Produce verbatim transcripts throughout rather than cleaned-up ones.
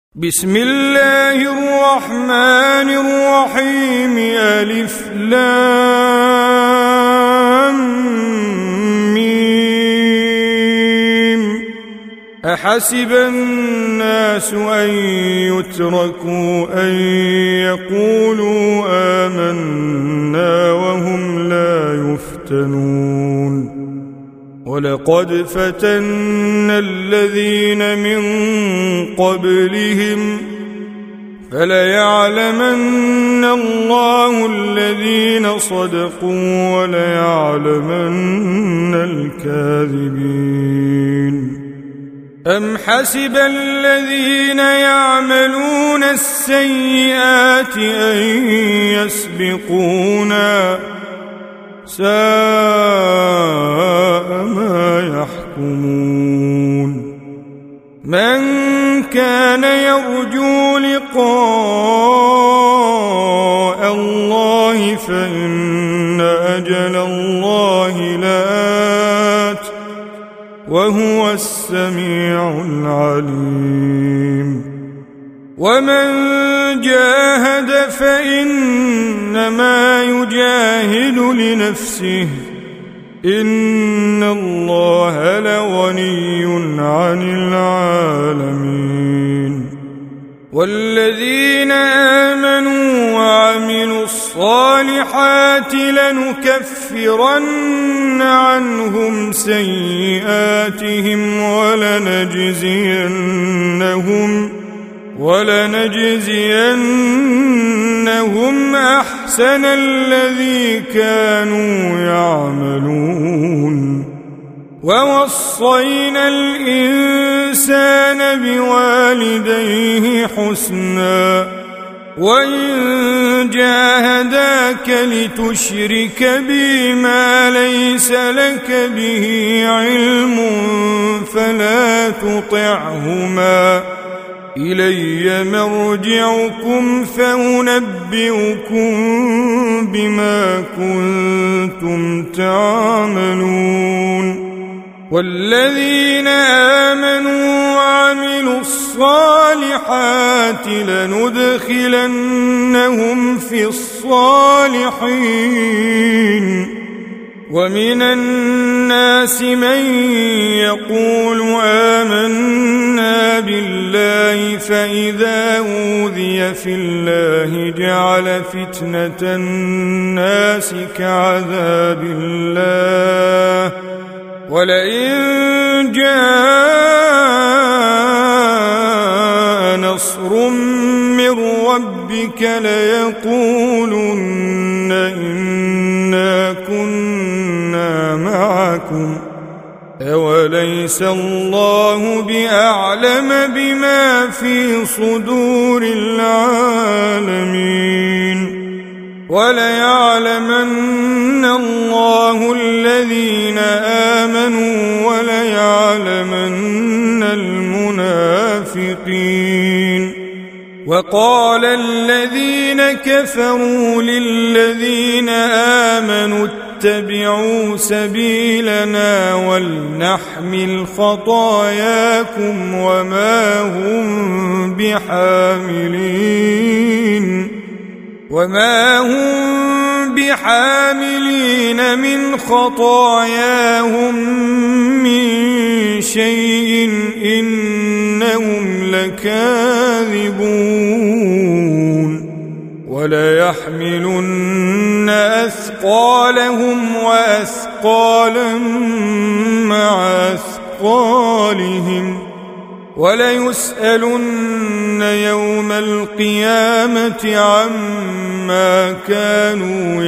بسم الله الرحمن الرحيم. ألف لام ميم. أحسب الناس أن يتركوا أن يقولوا آمنا وهم لا يفتنون. ولقد فتنا الذين من قبلهم فليعلمن الله الذين صدقوا وليعلمن الكاذبين. أم حسب الذين يعملون السيئات أن يسبقونا ساء ما يحكمون. من كان يرجو لقاء الله فإن أجل الله لآت وهو السميع العليم. ومن جاهد فإنما يجاهد لنفسه إن الله لغني عن العالمين. والذين آمنوا وعملوا الصالحات لنكفرن عنهم سيئاتهم ولنجزينهم ولنجزينهم أحسن الذي كانوا يعملون. ووصينا الإنسان بوالديه حسنا وإن جاهداك لتشرك بي ما ليس لك به علم فلا تطعهما إلي مرجعكم فأنبئكم بما كنتم تعملون. والذين آمنوا وعملوا الصالحات لندخلنهم في الصالحين. ومن الناس من يقول آمنا بالله فإذا أوذي في الله جعل فتنة الناس كعذاب الله ولئن جاء نصر من ربك ليقولن إنا كنا معكم أوليس الله بأعلم بما في صدور العالمين. وليعلمن الله الذين آمنوا وليعلمن المنافقين. وقال الذين كفروا للذين آمنوا اتبعوا سبيلنا ولنحمل خطاياكم وما هم بحاملين وما هم بحاملين من خطاياهم من شيء إنهم لكاذبون. وليحملن أثقالهم وأثقالا مع أثقالهم وليسألن يوم القيامة عما كانوا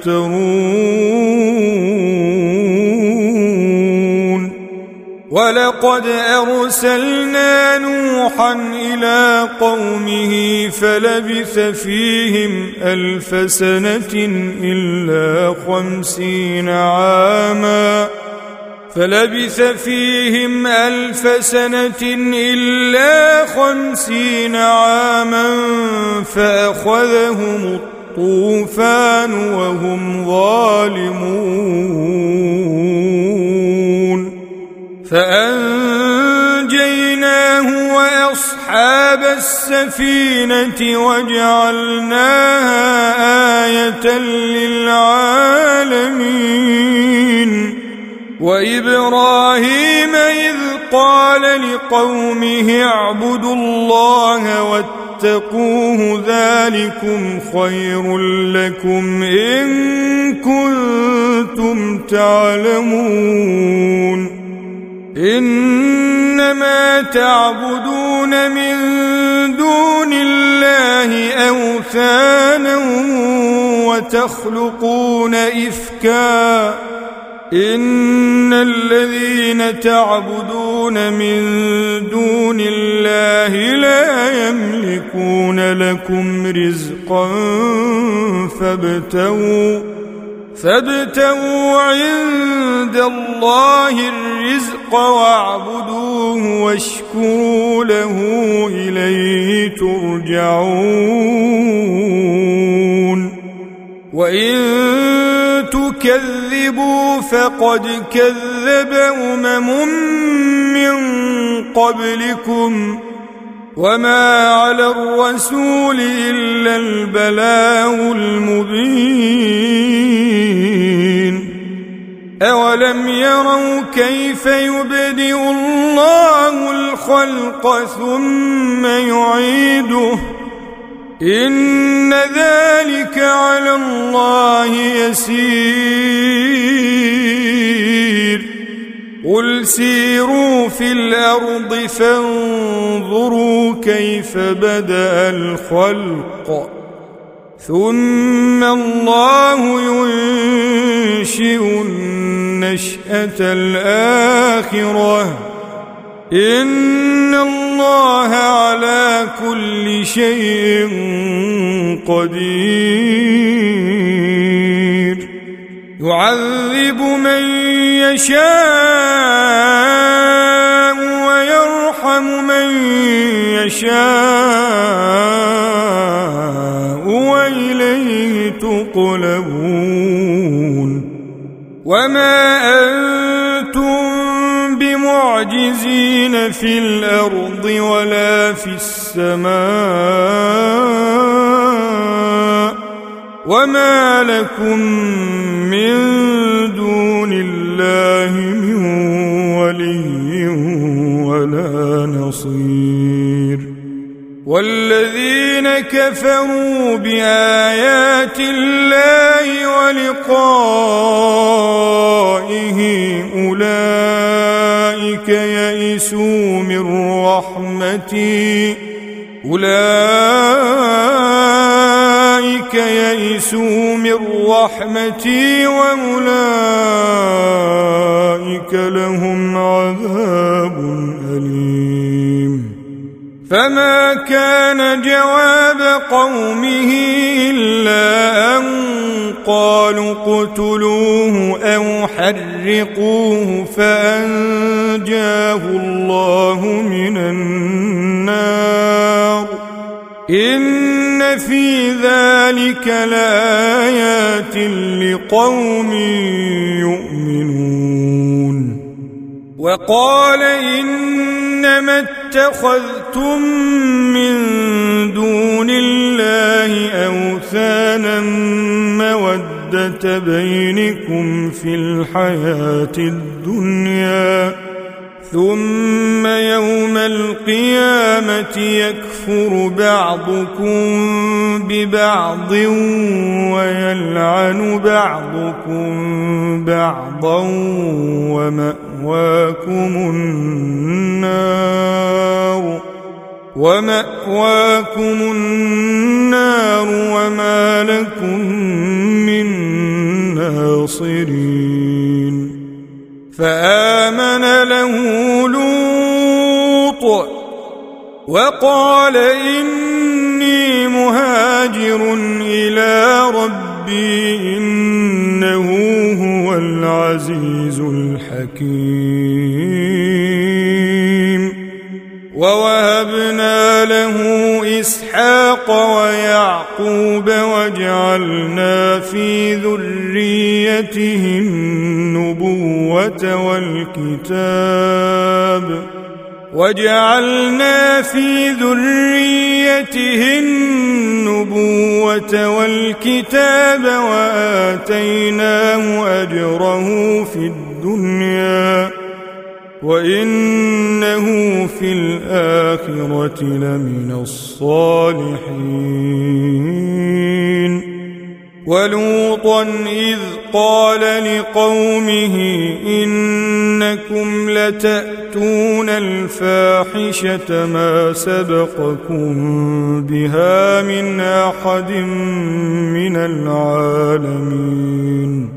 يفترون. ولقد أرسلنا نوحا إلى قومه فلبث فيهم ألف سنة إلا خمسين عاما فلبث فيهم ألف سنة إلا خمسين عاما فأخذهم الطوفان وهم ظالمون فأنجيناه وأصحابه أصحاب السفينة وجعلناها آية للعالمين وإبراهيم إذ قال لقومه اعبدوا الله واتقوه ذلكم خير لكم إن كنتم تعلمون إنما تعبدون من دون الله أوثانا وتخلقون إفكا إن الذين تعبدون من دون الله لا يملكون لكم رزقا فابتغوا فابتغوا عند الله الرزق واعبدوه واشكروا له إليه ترجعون وإن تكذبوا فقد كذب أمم من قبلكم وما على الرسول إلا البلاغ المبين أولم يروا كيف يبدئ الله الخلق ثم يعيده إن ذلك على الله يسير قل سيروا في الأرض فانظروا كيف بدأ الخلق ثم الله ينشئ النشأة الآخرة إن الله على كل شيء قدير يعذب من يشاء ويرحم من يشاء وإليه تقلبون وما أنتم بمعجزين في الأرض ولا في السماء وما لكم من دون الله من ولي ولا نصير والذين كفروا بآيات الله ولقائه أولئك يئسوا من رحمتي أولئك يئسوا من رحمتي وأولئك لهم عذاب أليم فما كان جواب قومه إلا أن قالوا اقتلوه أو حرقوه فأنجاه الله من النار إن في ذلك لآيات لقوم يؤمنون وقال إنما اتخذتم من دون الله أوثانا مودة بينكم في الحياة الدنيا ثم يوم القيامة يكفر بعضكم ببعض ويلعن بعضكم بعضا ومأواكم النار ومأواكم النار وما لكم من ناصرين فآمن له لوط وقال إني مهاجر إلى ربي إنه هو العزيز الحكيم ووهبنا له إسحاق ويعقوب وجعلنا في ذريته النبوة والكتاب وجعلنا في ذريته النبوة والكتاب وآتيناه أجره في الدنيا وإنه في الآخرة لمن الصالحين. ولوطا إذ قال لقومه إنكم لتأتون الفاحشة ما سبقكم بها من أحد من العالمين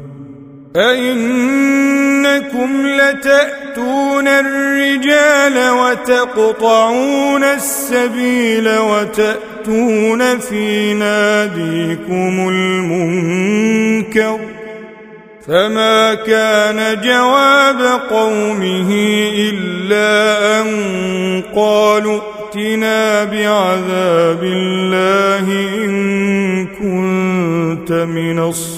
أئنكم لتأتون الرجال وتقطعون السبيل وتأتون في ناديكم المنكر فما كان جواب قومه إلا أن قالوا ائتنا بعذاب الله إن كنت من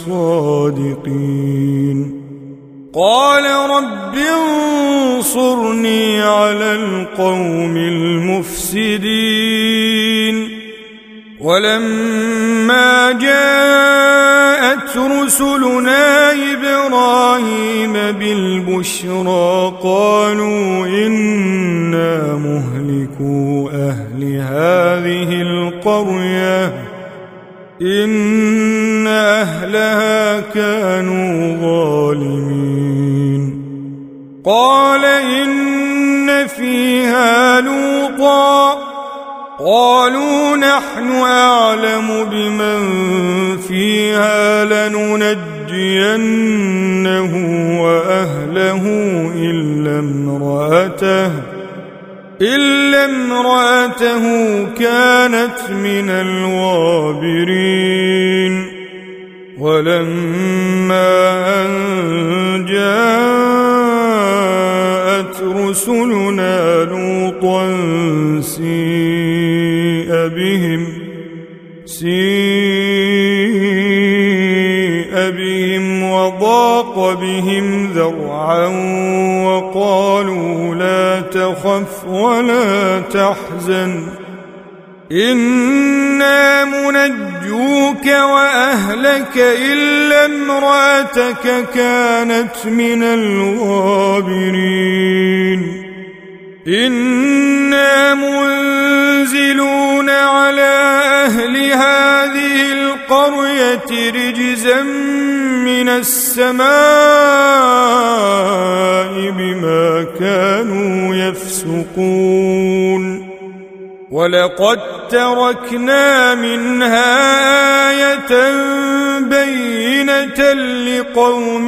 الصادقين. قال رب انصرني على القوم المفسدين. ولما جاءت رسلنا إبراهيم بالبشرى قالوا إنا مهلكو أهل هذه القرية إن أهلها كانوا ظالمين. قال إن فيها لوطا قالوا نحن أعلم بمن فيها لننجينه وأهله إلا امرأته إلا امرأته كانت من الغابرين. ولما أن جاءت رسلنا لوطا سيء بهم سيء بهم وضاق بهم ذرعا وقالوا لا تخف ولا تحزن إنا منجوك وأهلك إلا امرأتك كانت من الغابرين. إنا منزلون على أهل هذه القرية رجزا من السماء بما كانوا يفسقون. ولقد تركنا منها آية بينة لقوم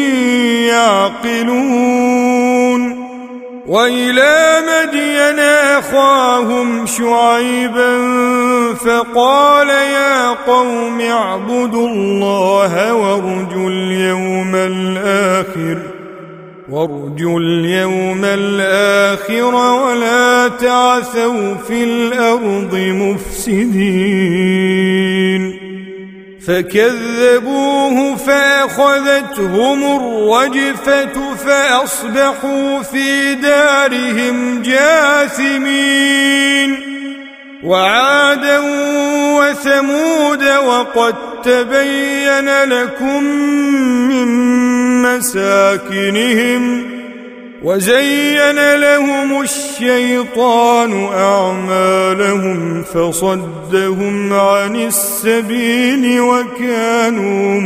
يعقلون. وإلى مدين أخاهم شعيبا فقال يا قوم اعبدوا الله وارجوا اليوم الآخر وارجوا اليوم الآخر ولا تعثوا في الأرض مفسدين. فكذبوه فأخذتهم الرجفة فأصبحوا في دارهم جاثمين. وعادا وثمود وقد تبين لكم من مساكنهم وزين لهم الشيطان أعمالهم فصدهم عن السبيل وكانوا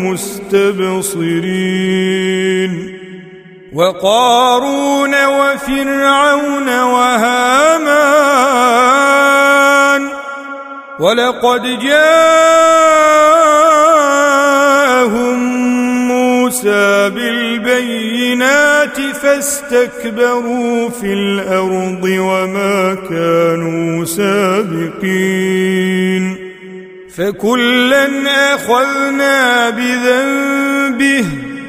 مستبصرين. وقارون وفرعون وهامان ولقد جاءهم موسى بالبينات فاستكبروا في الأرض وما كانوا سابقين. فكلا أخذنا بذنبه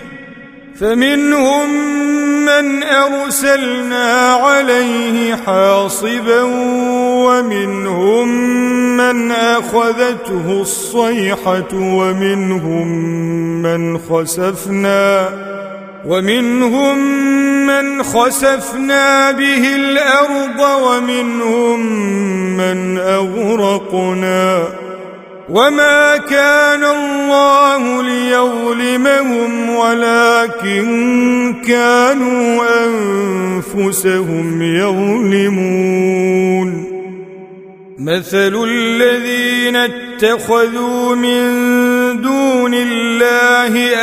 فمنهم من أرسلنا عليه حاصبا ومنهم من أخذته الصيحة ومنهم من خسفنا ومنهم من خسفنا به الأرض ومنهم من أغرقنا وما كان الله ليظلمهم ولكن كانوا أنفسهم يظلمون مثل الذين اتخذوا من دون الله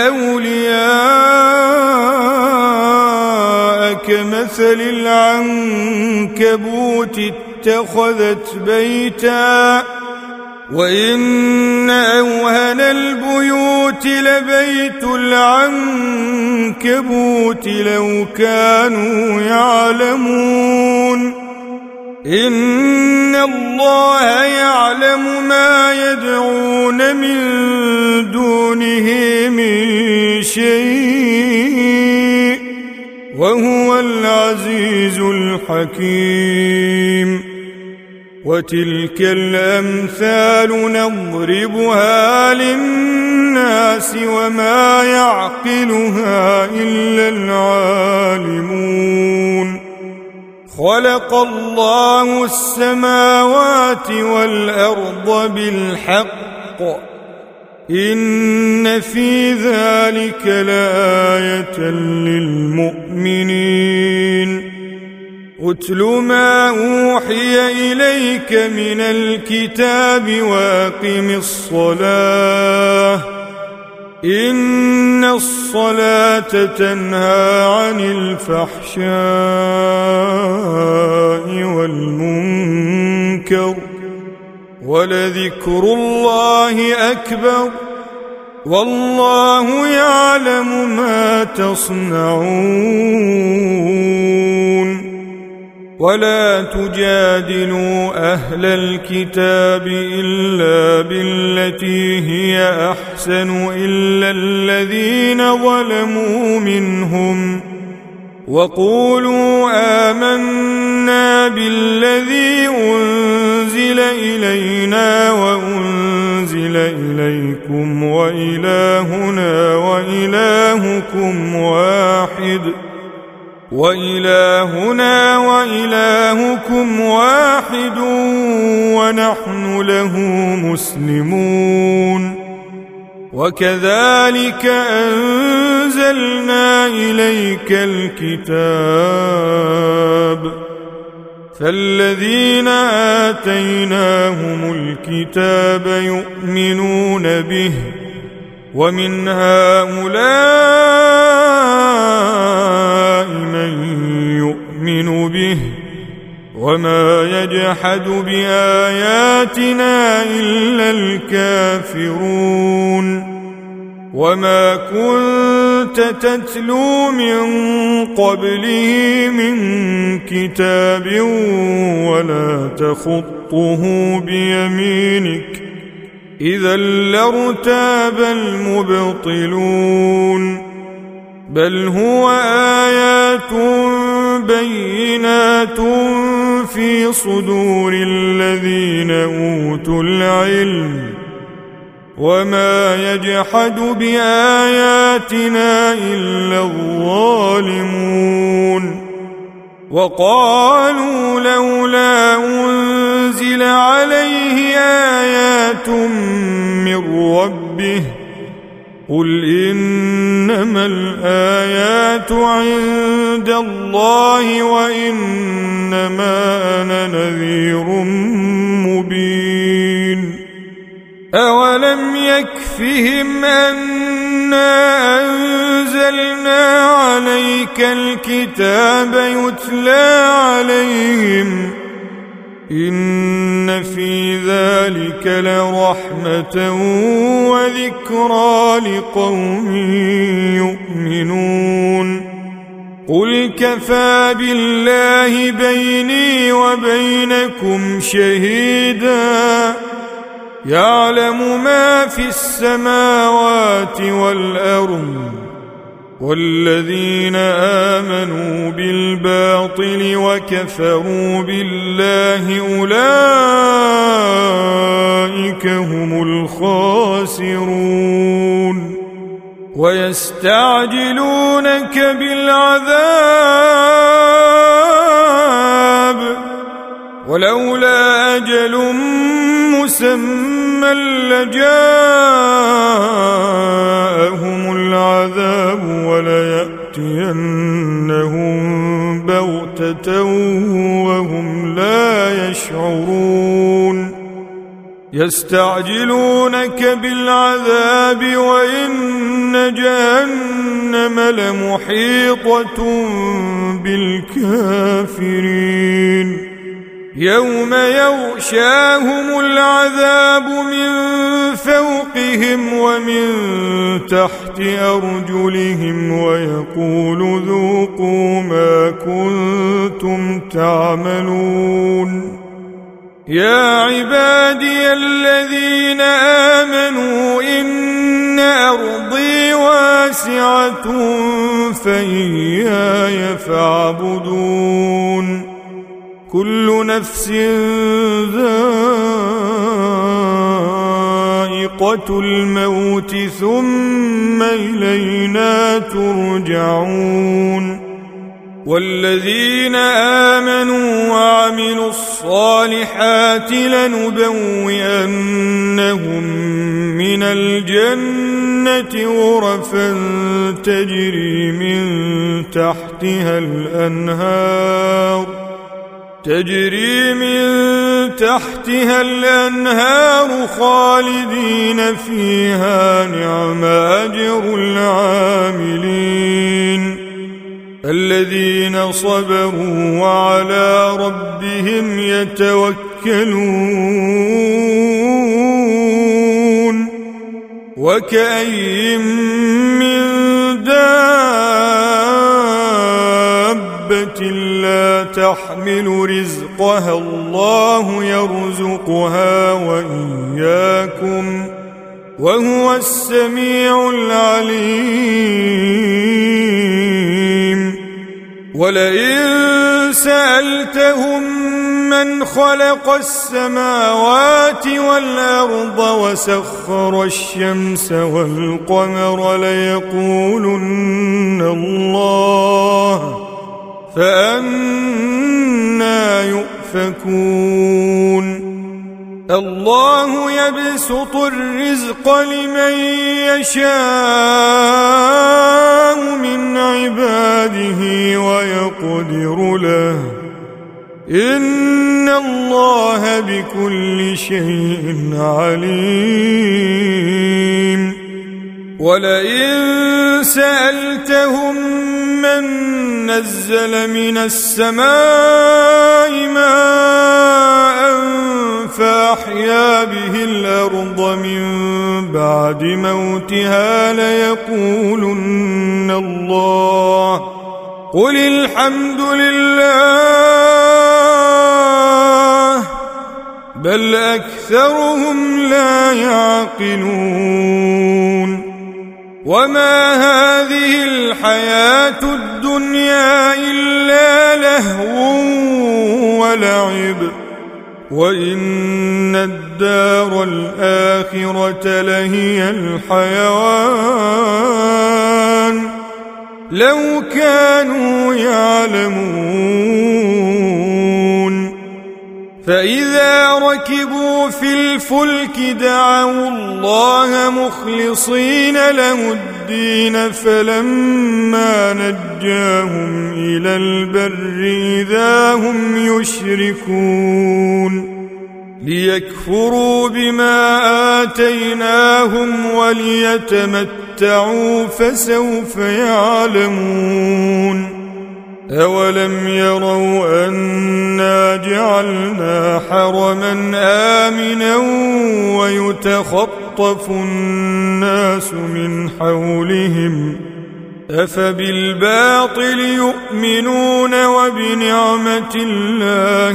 أولياء كمثل العنكبوت اتخذت بيتا وإن أوهن البيوت لبيت العنكبوت لو كانوا يعلمون إن الله يعلم ما يدعون من دونه من شيء وهو العزيز الحكيم وتلك الأمثال نضربها للناس وما يعقلها إلا العالمون خلق الله السماوات والأرض بالحق إن في ذلك لآية للمؤمنين أتل ما أوحي إليك من الكتاب وأقم الصلاة إن الصلاة تنهى عن الفحشاء والمنكر ولذكر الله أكبر والله يعلم ما تصنعون ولا تجادلوا أهل الكتاب إلا بالتي هي أحسن إلا الذين ظلموا منهم وقولوا آمنا بالذي أنزل إلينا وأنزل إليكم وإلهنا وإلهكم واحد وإلهنا وإلهكم واحد ونحن له مسلمون وكذلك أنزلنا إليك الكتاب فالذين آتيناهم الكتاب يؤمنون به ومن هؤلاء من يؤمن به وما يجحد بآياتنا إلا الكافرون وما كنت تتلو من قبله من كتاب ولا تخطه بيمينك إذا لارتاب المبطلون بل هو آيات بينات في صدور الذين أوتوا العلم وما يجحد بآياتنا إلا الظالمون وقالوا لولا أنزل عليه آيات من ربه قل إنما الآيات عند الله وإنما أنا نذير مبين أولم يكفهم أنا أنزلنا عليك الكتاب يتلى عليهم إن في ذلك لرحمة وذكرى لقوم يؤمنون قل كفى بالله بيني وبينكم شهيدا يعلم ما في السماوات والأرض والذين آمنوا بالباطل وكفروا بالله أولئك هم الخاسرون ويستعجلونك بالعذاب ولولا أجل مسمى لجاءهم العذاب وليأتينهم بغتة وهم لا يشعرون يستعجلونك بالعذاب وإن جهنم لمحيطة بالكافرين يوم يغشاهم العذاب من فوقهم ومن تحت أرجلهم ويقول ذوقوا ما كنتم تعملون يا عبادي الذين آمنوا إن أرضي واسعة فإياي فاعبدون كل نفس ذائقة الموت ثم إلينا ترجعون والذين آمنوا وعملوا الصالحات لنبوئنهم من الجنة غرفا تجري من تحتها الأنهار تجري من تحتها الأنهار خالدين فيها نعم أجر العاملين الذين صبروا وعلى ربهم يتوكلون وكأين من دابة لا تحمل رزقها الله يرزقها وإياكم وهو السميع العليم ولئن سألتهم من خلق السماوات والأرض وسخر الشمس والقمر ليقولن الله فأنى يؤفكون الله يبسط الرزق لمن يشاء من عباده ويقدر له إن الله بكل شيء عليم ولئن سألتهم من نزل من السماء ماء فأحيا به الأرض من بعد موتها ليقولن الله قل الحمد لله بل أكثرهم لا يعقلون وما هذه الحياة الدنيا إلا لهو ولعب وإن الدار الآخرة لهي الحيوان لو كانوا يعلمون فإذا ركبوا في الفلك دعوا الله مخلصين له الدين فلما نجاهم إلى البر إذا هم يشركون ليكفروا بما آتيناهم وليتمتعوا فسوف يعلمون أولم يروا أنا جعلنا حرما آمنا ويتخطف الناس من حولهم أفبالباطل يؤمنون وبنعمة الله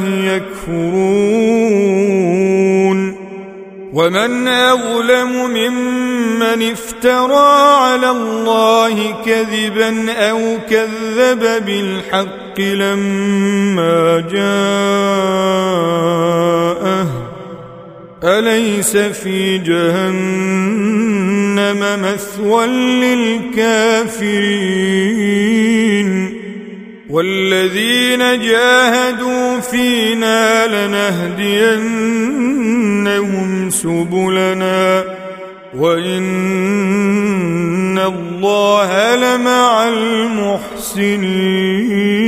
يكفرون ومن أظلم ممن افترى على الله كذبا أو كذب بالحق لما جاءه أليس في جهنم جهنم مثوى للكافرين والذين جاهدوا فينا لنهدينهم سبلنا وإن الله لمع المحسنين